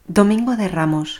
Domingo de Ramos.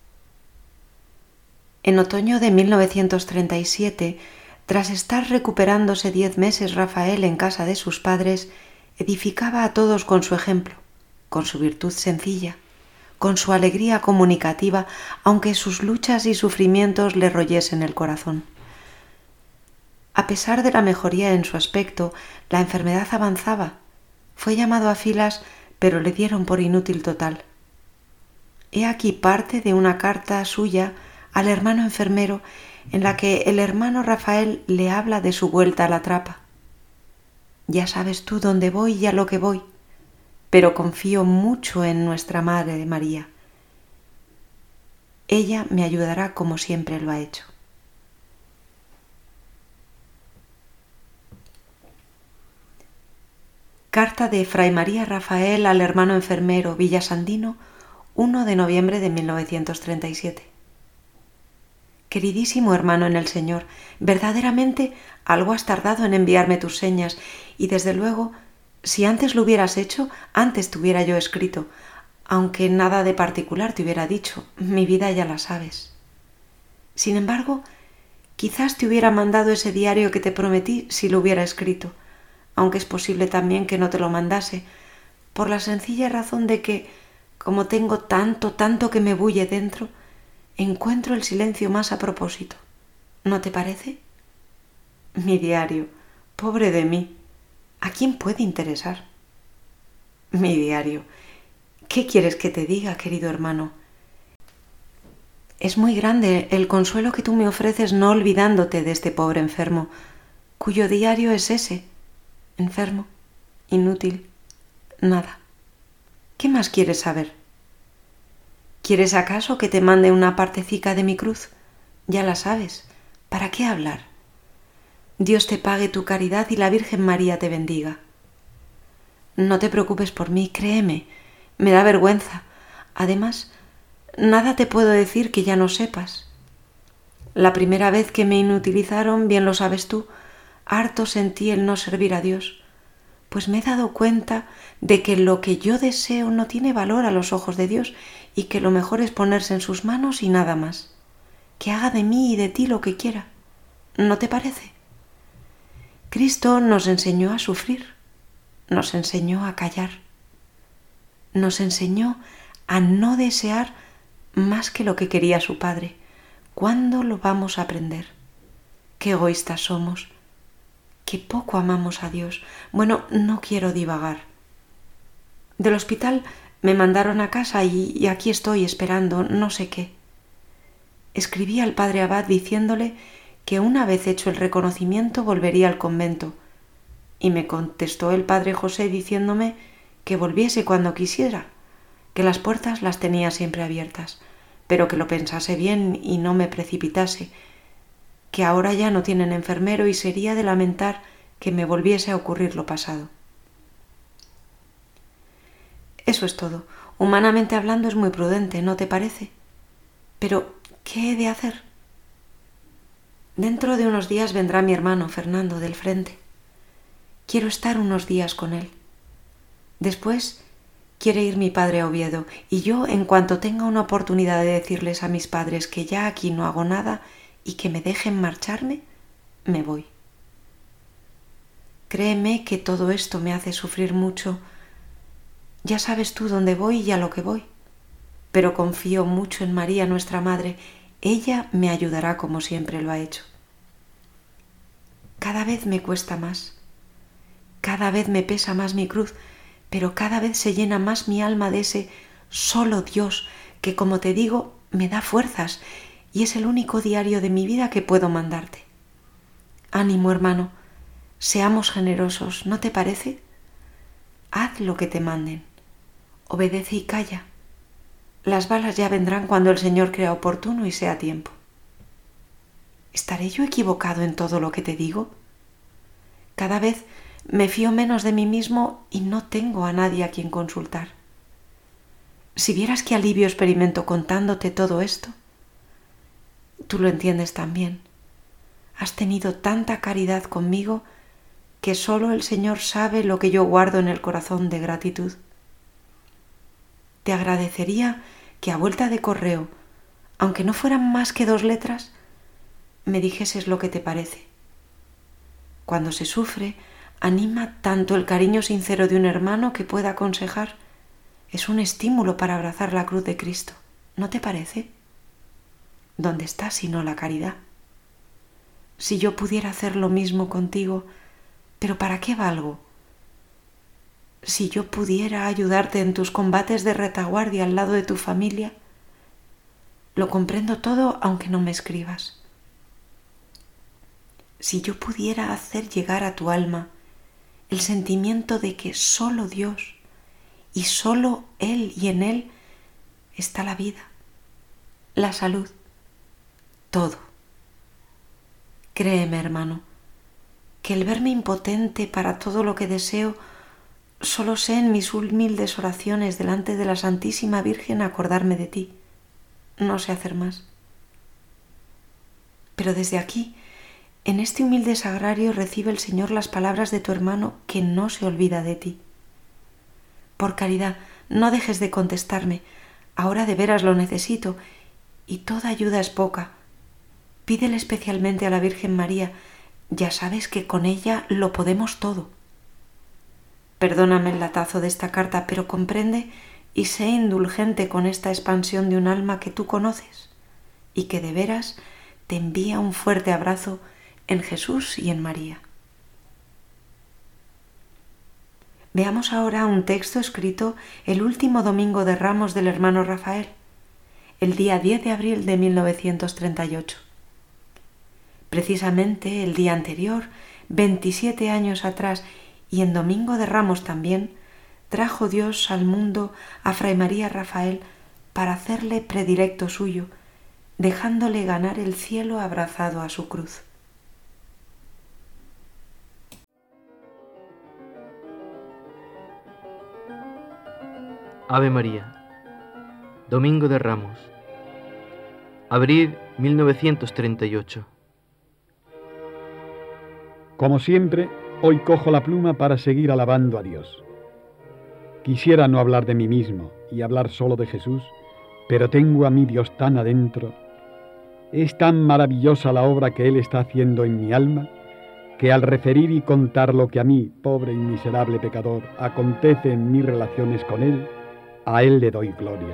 En otoño de 1937, tras estar recuperándose 10 meses Rafael en casa de sus padres, edificaba a todos con su ejemplo, con su virtud sencilla, con su alegría comunicativa, aunque sus luchas y sufrimientos le royesen el corazón. A pesar de la mejoría en su aspecto, la enfermedad avanzaba. Fue llamado a filas, pero le dieron por inútil total. He aquí parte de una carta suya al hermano enfermero en la que el hermano Rafael le habla de su vuelta a la trapa. Ya sabes tú dónde voy y a lo que voy, pero confío mucho en nuestra Madre María. Ella me ayudará como siempre lo ha hecho. Carta de Fray María Rafael al hermano enfermero Villasandino, 1 de noviembre de 1937. Queridísimo hermano en el Señor, verdaderamente algo has tardado en enviarme tus señas y desde luego, si antes lo hubieras hecho, antes te hubiera yo escrito, aunque nada de particular te hubiera dicho, mi vida ya la sabes. Sin embargo, quizás te hubiera mandado ese diario que te prometí si lo hubiera escrito, aunque es posible también que no te lo mandase, por la sencilla razón de que, como tengo tanto que me bulle dentro, encuentro el silencio más a propósito. ¿No te parece? Mi diario, pobre de mí, ¿a quién puede interesar? Mi diario, ¿qué quieres que te diga, querido hermano? Es muy grande el consuelo que tú me ofreces no olvidándote de este pobre enfermo, cuyo diario es ese, enfermo, inútil, nada. ¿Qué más quieres saber? ¿Quieres acaso que te mande una partecica de mi cruz? Ya la sabes. ¿Para qué hablar? Dios te pague tu caridad y la Virgen María te bendiga. No te preocupes por mí, créeme. Me da vergüenza. Además, nada te puedo decir que ya no sepas. La primera vez que me inutilizaron, bien lo sabes tú, harto sentí el no servir a Dios, pues me he dado cuenta de que lo que yo deseo no tiene valor a los ojos de Dios y que lo mejor es ponerse en sus manos y nada más. Que haga de mí y de ti lo que quiera. ¿No te parece? Cristo nos enseñó a sufrir, nos enseñó a callar, nos enseñó a no desear más que lo que quería su Padre. ¿Cuándo lo vamos a aprender? Qué egoístas somos, qué poco amamos a Dios. Bueno, no quiero divagar. Del hospital me mandaron a casa y aquí estoy esperando no sé qué. Escribí al padre Abad diciéndole que una vez hecho el reconocimiento volvería al convento, y me contestó el padre José diciéndome que volviese cuando quisiera, que las puertas las tenía siempre abiertas, pero que lo pensase bien y no me precipitase, que ahora ya no tienen enfermero y sería de lamentar que me volviese a ocurrir lo pasado. Eso es todo. Humanamente hablando es muy prudente, ¿no te parece? Pero, ¿qué he de hacer? Dentro de unos días vendrá mi hermano Fernando del frente. Quiero estar unos días con él. Después quiere ir mi padre a Oviedo y yo, en cuanto tenga una oportunidad de decirles a mis padres que ya aquí no hago nada y que me dejen marcharme, me voy. Créeme que todo esto me hace sufrir mucho. Ya sabes tú dónde voy y a lo que voy. Pero confío mucho en María, nuestra Madre. Ella me ayudará como siempre lo ha hecho. Cada vez me cuesta más. Cada vez me pesa más mi cruz, pero cada vez se llena más mi alma de ese solo Dios que, como te digo, me da fuerzas y es el único diario de mi vida que puedo mandarte. Ánimo, hermano, seamos generosos, ¿no te parece? Haz lo que te manden. Obedece y calla. Las balas ya vendrán cuando el Señor crea oportuno y sea tiempo. ¿Estaré yo equivocado en todo lo que te digo? Cada vez me fío menos de mí mismo y no tengo a nadie a quien consultar. Si vieras qué alivio experimento contándote todo esto, tú lo entiendes también. Has tenido tanta caridad conmigo que solo el Señor sabe lo que yo guardo en el corazón de gratitud. Te agradecería que a vuelta de correo, aunque no fueran más que 2 letras, me dijeses lo que te parece. Cuando se sufre, anima tanto el cariño sincero de un hermano que pueda aconsejar. Es un estímulo para abrazar la cruz de Cristo, ¿no te parece? ¿Dónde está sino la caridad? Si yo pudiera hacer lo mismo contigo, ¿pero para qué valgo? Si yo pudiera ayudarte en tus combates de retaguardia al lado de tu familia, lo comprendo todo aunque no me escribas. Si yo pudiera hacer llegar a tu alma el sentimiento de que solo Dios y solo Él y en Él está la vida, la salud, todo. Créeme, hermano, que el verme impotente para todo lo que deseo, solo sé en mis humildes oraciones delante de la Santísima Virgen acordarme de ti. No sé hacer más. Pero desde aquí, en este humilde sagrario, recibe el Señor las palabras de tu hermano que no se olvida de ti. Por caridad, no dejes de contestarme. Ahora de veras lo necesito y toda ayuda es poca. Pídele especialmente a la Virgen María. Ya sabes que con ella lo podemos todo. Perdóname el latazo de esta carta, pero comprende y sé indulgente con esta expansión de un alma que tú conoces y que de veras te envía un fuerte abrazo en Jesús y en María. Veamos ahora un texto escrito el último domingo de Ramos del hermano Rafael, el día 10 de abril de 1938. Precisamente el día anterior, 27 años atrás, y en Domingo de Ramos también, trajo Dios al mundo a Fray María Rafael para hacerle predilecto suyo, dejándole ganar el cielo abrazado a su cruz. Ave María. Domingo de Ramos. Abril 1938. Como siempre, hoy cojo la pluma para seguir alabando a Dios. Quisiera no hablar de mí mismo y hablar solo de Jesús, pero tengo a mi Dios tan adentro. Es tan maravillosa la obra que Él está haciendo en mi alma, que al referir y contar lo que a mí, pobre y miserable pecador, acontece en mis relaciones con Él, a Él le doy gloria.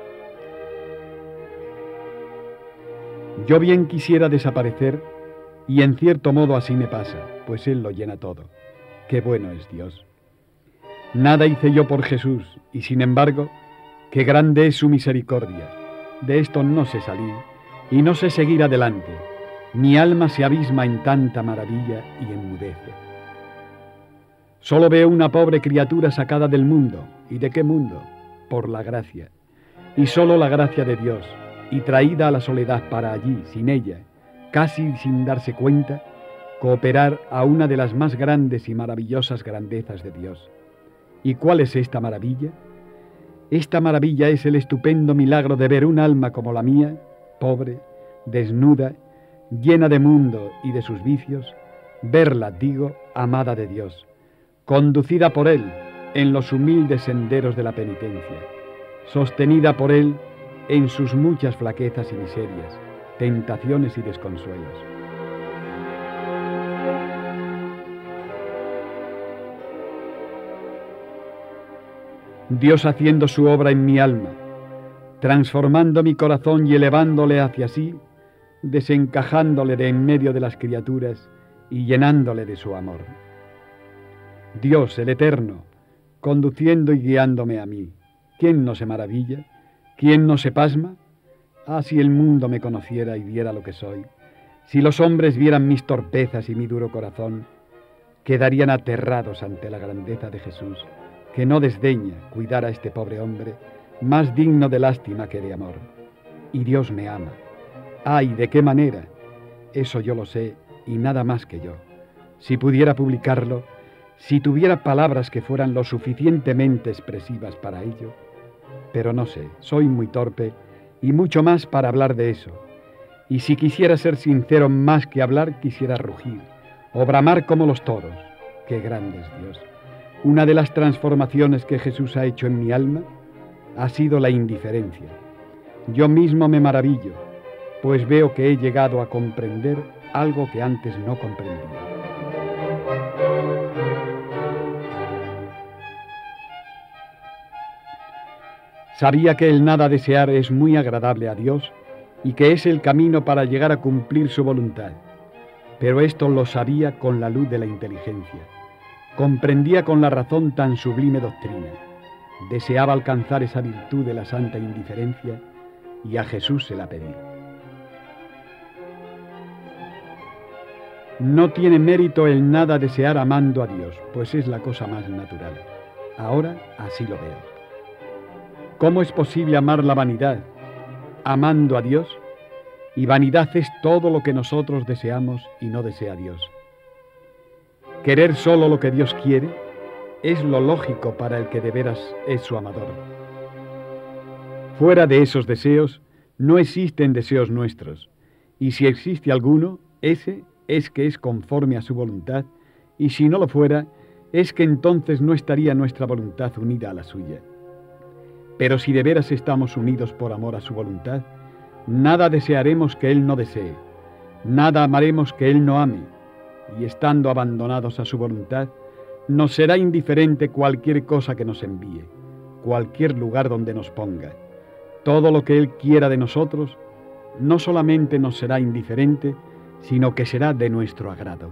Yo bien quisiera desaparecer, y en cierto modo así me pasa, pues Él lo llena todo. Qué bueno es Dios. Nada hice yo por Jesús, y sin embargo, qué grande es su misericordia. De esto no sé salir, y no sé seguir adelante. Mi alma se abisma en tanta maravilla y enmudece. Solo veo una pobre criatura sacada del mundo. ¿Y de qué mundo? Por la gracia. Y solo la gracia de Dios, y traída a la soledad para allí, sin ella, casi sin darse cuenta, cooperar a una de las más grandes y maravillosas grandezas de Dios. ¿Y cuál es esta maravilla? Esta maravilla es el estupendo milagro de ver un alma como la mía, pobre, desnuda, llena de mundo y de sus vicios, verla, digo, amada de Dios, conducida por Él en los humildes senderos de la penitencia, sostenida por Él en sus muchas flaquezas y miserias, tentaciones y desconsuelos. Dios haciendo su obra en mi alma, transformando mi corazón y elevándole hacia sí, desencajándole de en medio de las criaturas y llenándole de su amor. Dios, el Eterno, conduciendo y guiándome a mí. ¿Quién no se maravilla? ¿Quién no se pasma? Ah, si el mundo me conociera y viera lo que soy, si los hombres vieran mis torpezas y mi duro corazón, quedarían aterrados ante la grandeza de Jesús, que no desdeña cuidar a este pobre hombre, más digno de lástima que de amor. Y Dios me ama. ¡Ay, de qué manera! Eso yo lo sé, y nada más que yo. Si pudiera publicarlo, si tuviera palabras que fueran lo suficientemente expresivas para ello, pero no sé, soy muy torpe y mucho más para hablar de eso. Y si quisiera ser sincero más que hablar, quisiera rugir o bramar como los toros. ¡Qué grande es Dios! Una de las transformaciones que Jesús ha hecho en mi alma ha sido la indiferencia, Yo mismo me maravillo, pues veo que he llegado a comprender algo que antes no comprendía. Sabía que el nada desear es muy agradable a Dios y que es el camino para llegar a cumplir su voluntad. Pero esto lo sabía con la luz de la inteligencia. Comprendía con la razón tan sublime doctrina. Deseaba alcanzar esa virtud de la santa indiferencia y a Jesús se la pedí. No tiene mérito el nada desear amando a Dios, pues es la cosa más natural. Ahora así lo veo. ¿Cómo es posible amar la vanidad amando a Dios? Y vanidad es todo lo que nosotros deseamos y no desea Dios. Querer solo lo que Dios quiere es lo lógico para el que de veras es su amador. Fuera de esos deseos no existen deseos nuestros, y si existe alguno, ese es que es conforme a su voluntad, y si no lo fuera, es que entonces no estaría nuestra voluntad unida a la suya. Pero si de veras estamos unidos por amor a su voluntad, nada desearemos que Él no desee, nada amaremos que Él no ame, y estando abandonados a su voluntad, nos será indiferente cualquier cosa que nos envíe, cualquier lugar donde nos ponga. Todo lo que Él quiera de nosotros, no solamente nos será indiferente, sino que será de nuestro agrado.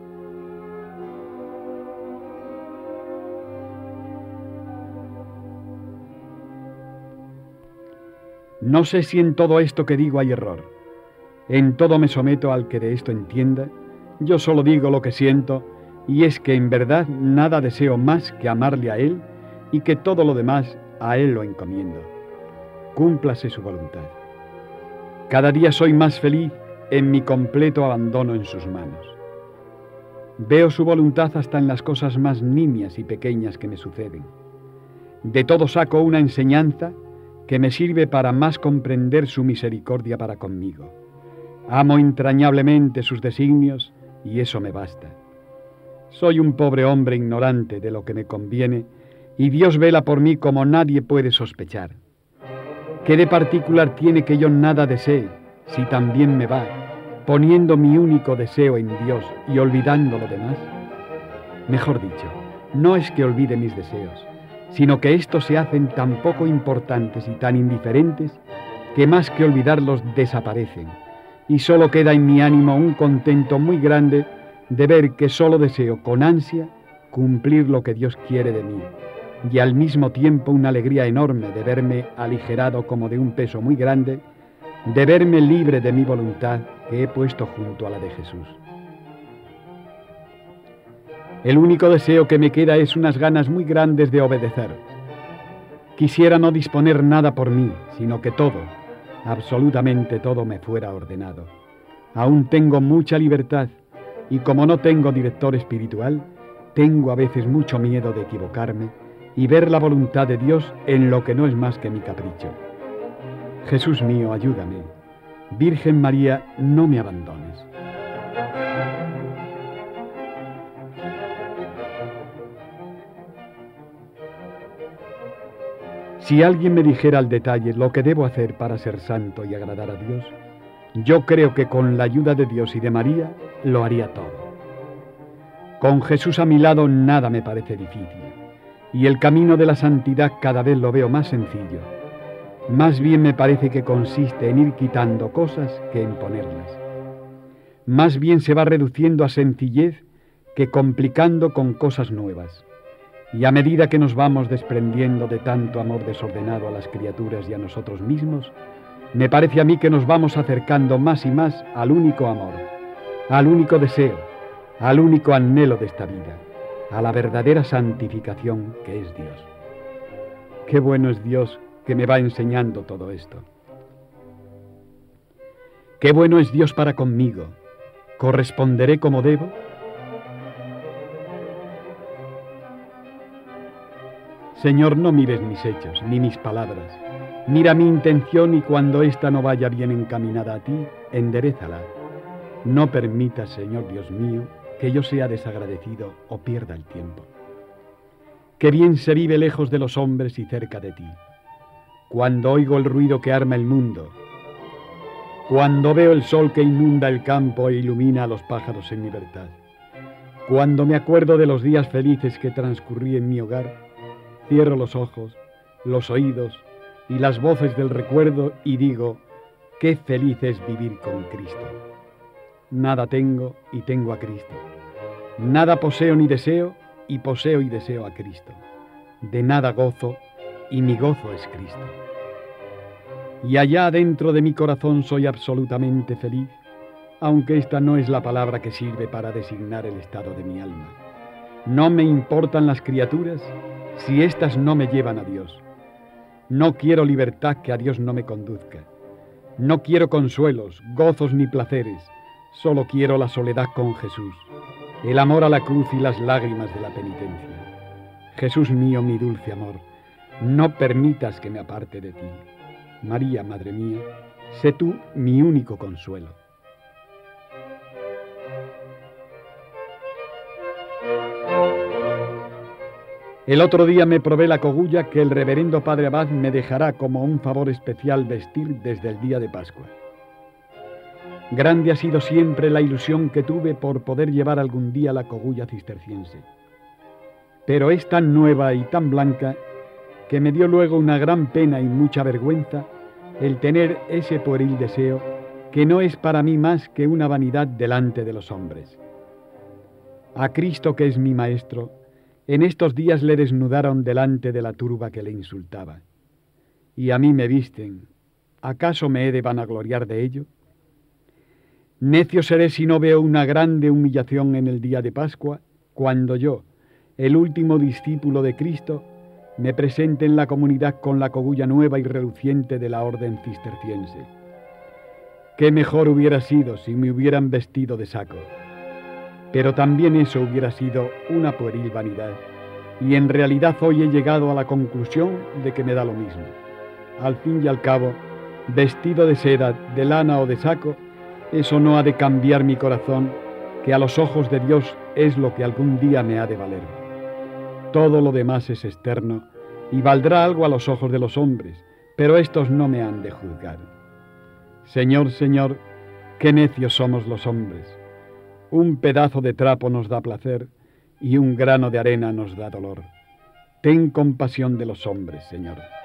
No sé si en todo esto que digo hay error. En todo me someto al que de esto entienda. Yo solo digo lo que siento, y es que en verdad nada deseo más que amarle a Él y que todo lo demás a Él lo encomiendo. Cúmplase su voluntad. Cada día soy más feliz en mi completo abandono en sus manos. Veo su voluntad hasta en las cosas más nimias y pequeñas que me suceden. De todo saco una enseñanza que me sirve para más comprender su misericordia para conmigo. Amo entrañablemente sus designios y eso me basta. Soy un pobre hombre ignorante de lo que me conviene y Dios vela por mí como nadie puede sospechar. ¿Qué de particular tiene que yo nada desee, si también me va, poniendo mi único deseo en Dios y olvidando lo demás? Mejor dicho, no es que olvide mis deseos, sino que estos se hacen tan poco importantes y tan indiferentes que más que olvidarlos desaparecen, y solo queda en mi ánimo un contento muy grande de ver que solo deseo con ansia cumplir lo que Dios quiere de mí, y al mismo tiempo una alegría enorme de verme aligerado como de un peso muy grande, de verme libre de mi voluntad que he puesto junto a la de Jesús. El único deseo que me queda es unas ganas muy grandes de obedecer. Quisiera no disponer nada por mí, sino que todo, absolutamente todo me fuera ordenado. Aún tengo mucha libertad y como no tengo director espiritual, tengo a veces mucho miedo de equivocarme y ver la voluntad de Dios en lo que no es más que mi capricho. Jesús mío, ayúdame. Virgen María, no me abandones. Si alguien me dijera al detalle lo que debo hacer para ser santo y agradar a Dios, yo creo que con la ayuda de Dios y de María lo haría todo. Con Jesús a mi lado nada me parece difícil, y el camino de la santidad cada vez lo veo más sencillo. Más bien me parece que consiste en ir quitando cosas que en ponerlas. Más bien se va reduciendo a sencillez que complicando con cosas nuevas. Y a medida que nos vamos desprendiendo de tanto amor desordenado a las criaturas y a nosotros mismos, me parece a mí que nos vamos acercando más y más al único amor, al único deseo, al único anhelo de esta vida, a la verdadera santificación que es Dios. Qué bueno es Dios que me va enseñando todo esto. Qué bueno es Dios para conmigo. ¿Corresponderé como debo? Señor, no mires mis hechos, ni mis palabras. Mira mi intención y cuando ésta no vaya bien encaminada a ti, enderézala. No permitas, Señor Dios mío, que yo sea desagradecido o pierda el tiempo. Qué bien se vive lejos de los hombres y cerca de ti. cuando oigo el ruido que arma el mundo, cuando veo el sol que inunda el campo e ilumina a los pájaros en libertad, cuando me acuerdo de los días felices que transcurrí en mi hogar, cierro los ojos, los oídos y las voces del recuerdo y digo, qué feliz es vivir con Cristo. Nada tengo y tengo a Cristo. Nada poseo ni deseo y poseo y deseo a Cristo. De nada gozo y mi gozo es Cristo. Y allá dentro de mi corazón soy absolutamente feliz, aunque esta no es la palabra que sirve para designar el estado de mi alma. No me importan las criaturas si éstas no me llevan a Dios. No quiero libertad que a Dios no me conduzca. No quiero consuelos, gozos ni placeres. Solo quiero la soledad con Jesús, el amor a la cruz y las lágrimas de la penitencia. Jesús mío, mi dulce amor, no permitas que me aparte de ti. María, Madre mía, sé tú mi único consuelo. El otro día me probé la cogulla que el reverendo Padre Abad me dejará como un favor especial vestir desde el día de Pascua. Grande ha sido siempre la ilusión que tuve por poder llevar algún día la cogulla cisterciense. Pero es tan nueva y tan blanca que me dio luego una gran pena y mucha vergüenza el tener ese pueril deseo que no es para mí más que una vanidad delante de los hombres. A Cristo, que es mi Maestro, en estos días le desnudaron delante de la turba que le insultaba. Y a mí me visten, ¿acaso me he de vanagloriar de ello? Necio seré si no veo una grande humillación en el día de Pascua, cuando yo, el último discípulo de Cristo, me presente en la comunidad con la cogulla nueva y reluciente de la orden cisterciense. Qué mejor hubiera sido si me hubieran vestido de saco. Pero también eso hubiera sido una pueril vanidad, y en realidad hoy he llegado a la conclusión de que me da lo mismo. Al fin y al cabo, vestido de seda, de lana o de saco, eso no ha de cambiar mi corazón, que a los ojos de Dios es lo que algún día me ha de valer. Todo lo demás es externo y valdrá algo a los ojos de los hombres, pero estos no me han de juzgar. Señor, Señor, qué necios somos los hombres. Un pedazo de trapo nos da placer y un grano de arena nos da dolor. Ten compasión de los hombres, Señor.